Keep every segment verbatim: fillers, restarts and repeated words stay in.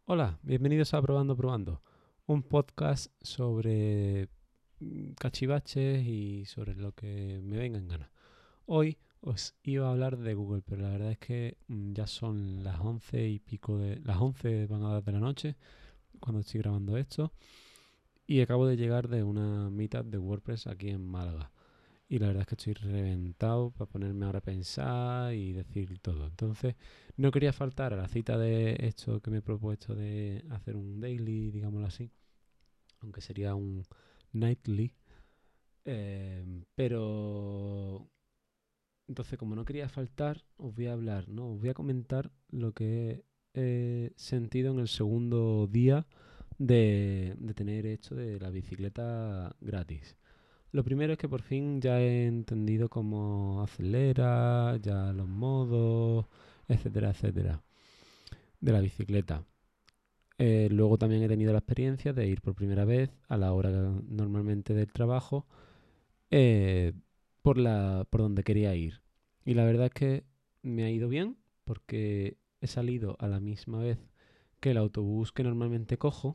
Hola, bienvenidos a Probando Probando, un podcast sobre mm, cachivaches y sobre lo que me venga en gana. Hoy os iba a hablar de Google, pero la verdad es que mm, ya son las once y pico de... las once van a dar de la noche cuando estoy grabando esto y acabo de llegar de una meetup de WordPress aquí en Málaga. Y la verdad es que estoy reventado para ponerme ahora a pensar y decir todo. Entonces, no quería faltar a la cita de esto que me he propuesto de hacer un daily, digámoslo así, aunque sería un nightly. Eh, pero, entonces, como no quería faltar, os voy a hablar, ¿no? Os voy a comentar lo que he sentido en el segundo día de, de tener esto de la bicicleta gratis. Lo primero es que por fin ya he entendido cómo acelera, ya los modos, etcétera, etcétera, de la bicicleta. Eh, luego también he tenido la experiencia de ir por primera vez a la hora normalmente del trabajo eh, por, la, por donde quería ir. Y la verdad es que me ha ido bien porque he salido a la misma vez que el autobús que normalmente cojo.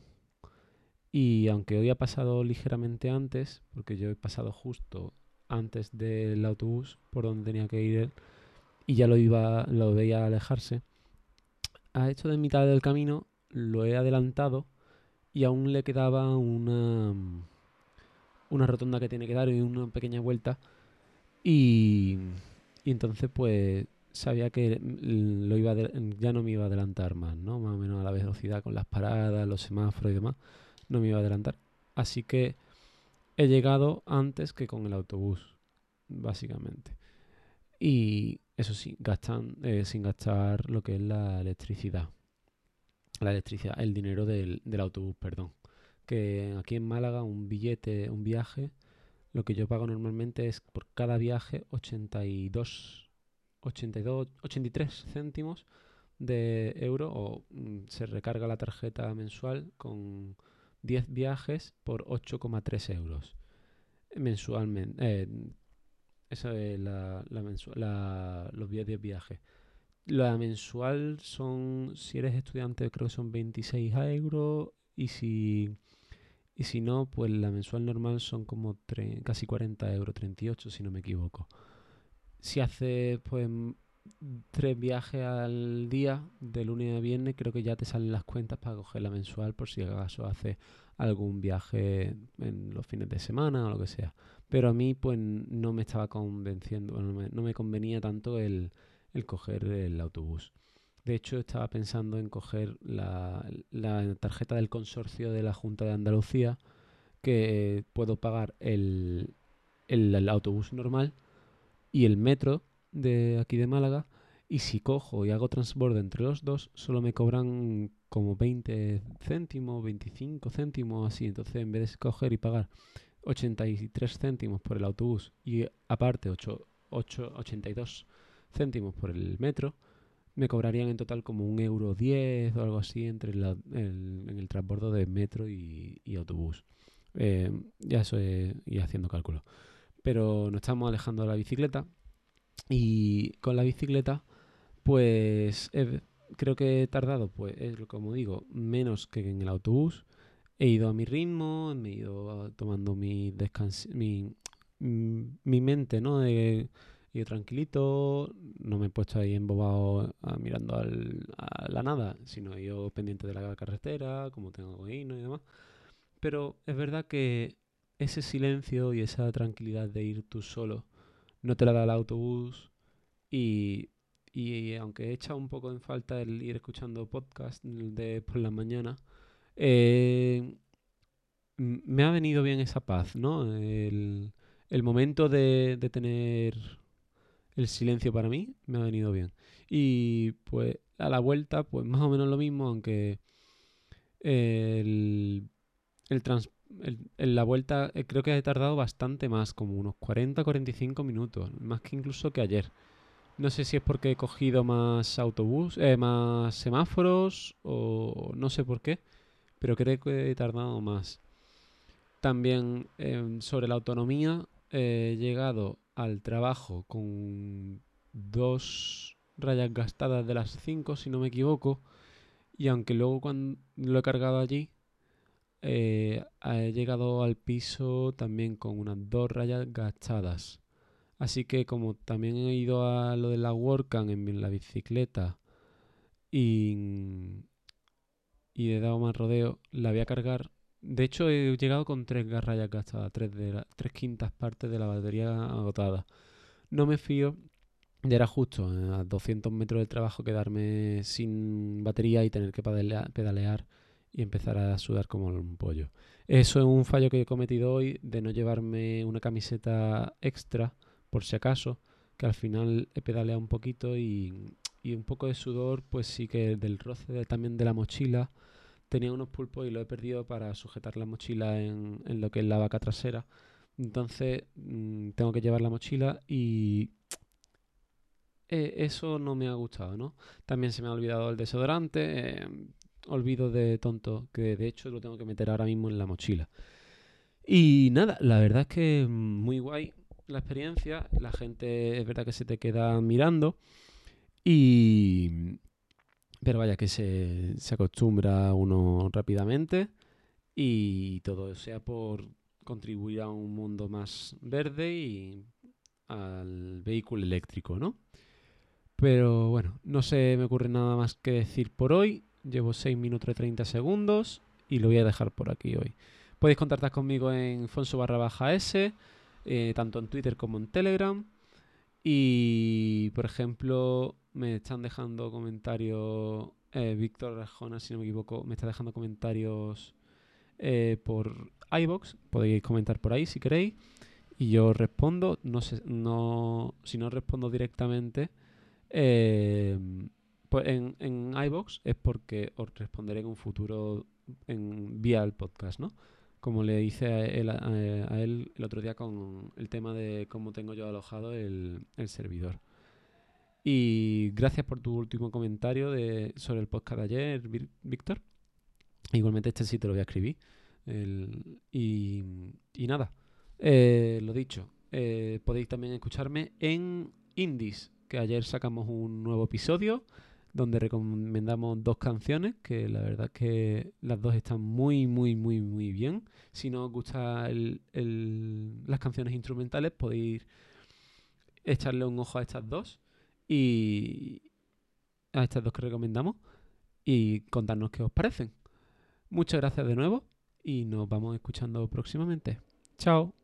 Y aunque hoy ha pasado ligeramente antes, porque yo he pasado justo antes del autobús por donde tenía que ir él, y ya lo iba, lo veía alejarse, a hecho de mitad del camino lo he adelantado y aún le quedaba una, una rotonda que tiene que dar y una pequeña vuelta. Y, y entonces pues sabía que lo iba de- ya no me iba a adelantar más, ¿no? Más o menos a la velocidad con las paradas, los semáforos y demás, no me iba a adelantar. Así que he llegado antes que con el autobús, básicamente. Y eso sí, gastan eh, sin gastar lo que es la electricidad. La electricidad, el dinero del, del autobús, perdón. Que aquí en Málaga un billete, un viaje, lo que yo pago normalmente es por cada viaje ochenta y dos, ochenta y dos, ochenta y tres céntimos de euro o mm, se recarga la tarjeta mensual con diez viajes por ocho coma tres euros mensualmente. Eh, Eso es la, la mensu- la- los días de viaje. La mensual son, si eres estudiante, creo que son veintiséis euros. Y si, y si no, pues la mensual normal son como tre- casi cuarenta euros, treinta y ocho si no me equivoco. Si haces pues m- tres viajes al día, de lunes a viernes, creo que ya te salen las cuentas para coger la mensual por si acaso haces algún viaje en los fines de semana o lo que sea. Pero a mí pues no me estaba convenciendo, no me, no me convenía tanto el, el coger el autobús. De hecho, estaba pensando en coger la, la tarjeta del consorcio de la Junta de Andalucía, que puedo pagar el, el, el autobús normal y el metro de aquí de Málaga. Y si cojo y hago transbordo entre los dos, solo me cobran como veinte céntimos, veinticinco céntimos, así. Entonces, en vez de coger y pagar ochenta y tres céntimos por el autobús y aparte ocho, ocho, ochenta y dos céntimos por el metro, me cobrarían en total como un euro diez o algo así entre la- el, en el transbordo de metro y, y autobús. Eh, ya eso es ir haciendo cálculos. Pero nos estamos alejando de la bicicleta y con la bicicleta, pues he- creo que he tardado, pues es como digo, menos que en el autobús. He ido a mi ritmo, me he ido tomando mi descans mi, mm, mi mente, ¿no? He ido tranquilito, no me he puesto ahí embobado ah, mirando al- a la nada, sino he ido pendiente de la carretera, como tengo que ir, ¿no? y demás. Pero es verdad que ese silencio y esa tranquilidad de ir tú solo no te la da el autobús y, y aunque he echado un poco en falta el ir escuchando podcast de por la mañana, eh, m- me ha venido bien esa paz, ¿no? El, el momento de, de tener el silencio para mí me ha venido bien. Y pues a la vuelta, pues más o menos lo mismo, aunque el, el trans- el- en la vuelta eh, creo que he tardado bastante más, como unos cuarenta cuarenta y cinco minutos, más que incluso que ayer. No sé si es porque he cogido más autobús, eh, más semáforos o no sé por qué, pero creo que he tardado más. También eh, sobre la autonomía, eh, he llegado al trabajo con dos rayas gastadas de las cinco, si no me equivoco, Y aunque luego cuando lo he cargado allí, eh, he llegado al piso también con unas dos rayas gastadas. Así que como también he ido a lo de la WordCamp en la bicicleta y, y he dado más rodeo, la voy a cargar. De hecho, he llegado con tres rayas gastadas, tres, de la- tres quintas partes de la batería agotada. No me fío de era justo eh, a doscientos metros del trabajo quedarme sin batería y tener que pedalea- pedalear y empezar a sudar como un pollo. Eso es un fallo que he cometido hoy de no llevarme una camiseta extra por si acaso, que al final he pedaleado un poquito y, y un poco de sudor, pues sí que del roce de- también de la mochila. Tenía unos pulpos y lo he perdido para sujetar la mochila en, en lo que es la vaca trasera. Entonces mm, tengo que llevar la mochila y eh, eso no me ha gustado, ¿no? También se me ha olvidado el desodorante. eh, olvido de tonto, que de hecho lo tengo que meter ahora mismo en la mochila. Y nada, la verdad es que mm, muy guay la experiencia. La gente es verdad que se te queda mirando. Y... Pero vaya que se, se acostumbra uno rápidamente. Y todo sea por contribuir a un mundo más verde y al vehículo eléctrico, ¿no? Pero bueno, no se me ocurre nada más que decir por hoy. Llevo seis minutos y treinta segundos y lo voy a dejar por aquí hoy. Podéis contactar conmigo en Fonso barra baja S, eh, tanto en Twitter como en Telegram. Y, por ejemplo, me están dejando comentarios, eh, Víctor Arjona, si no me equivoco, me está dejando comentarios eh, por iVoox. Podéis comentar por ahí si queréis. Y yo respondo. No sé, no, si no respondo directamente eh, pues en, en iVoox es porque os responderé en un futuro en, vía el podcast, ¿no? Como le hice a él, a, a él el otro día con el tema de cómo tengo yo alojado el, el servidor. Y gracias por tu último comentario de, sobre el podcast de ayer, Vir- Víctor. Igualmente este sí te lo voy a escribir. El- y, y nada, eh, lo dicho, eh, podéis también escucharme en Indies, que ayer sacamos un nuevo episodio donde recomendamos dos canciones, que la verdad es que las dos están muy, muy, muy, muy bien. Si no os gustan el- el- las canciones instrumentales, podéis echarle un ojo a estas dos y a estas dos que recomendamos y contarnos qué os parecen. Muchas gracias de nuevo y nos vamos escuchando próximamente. Chao.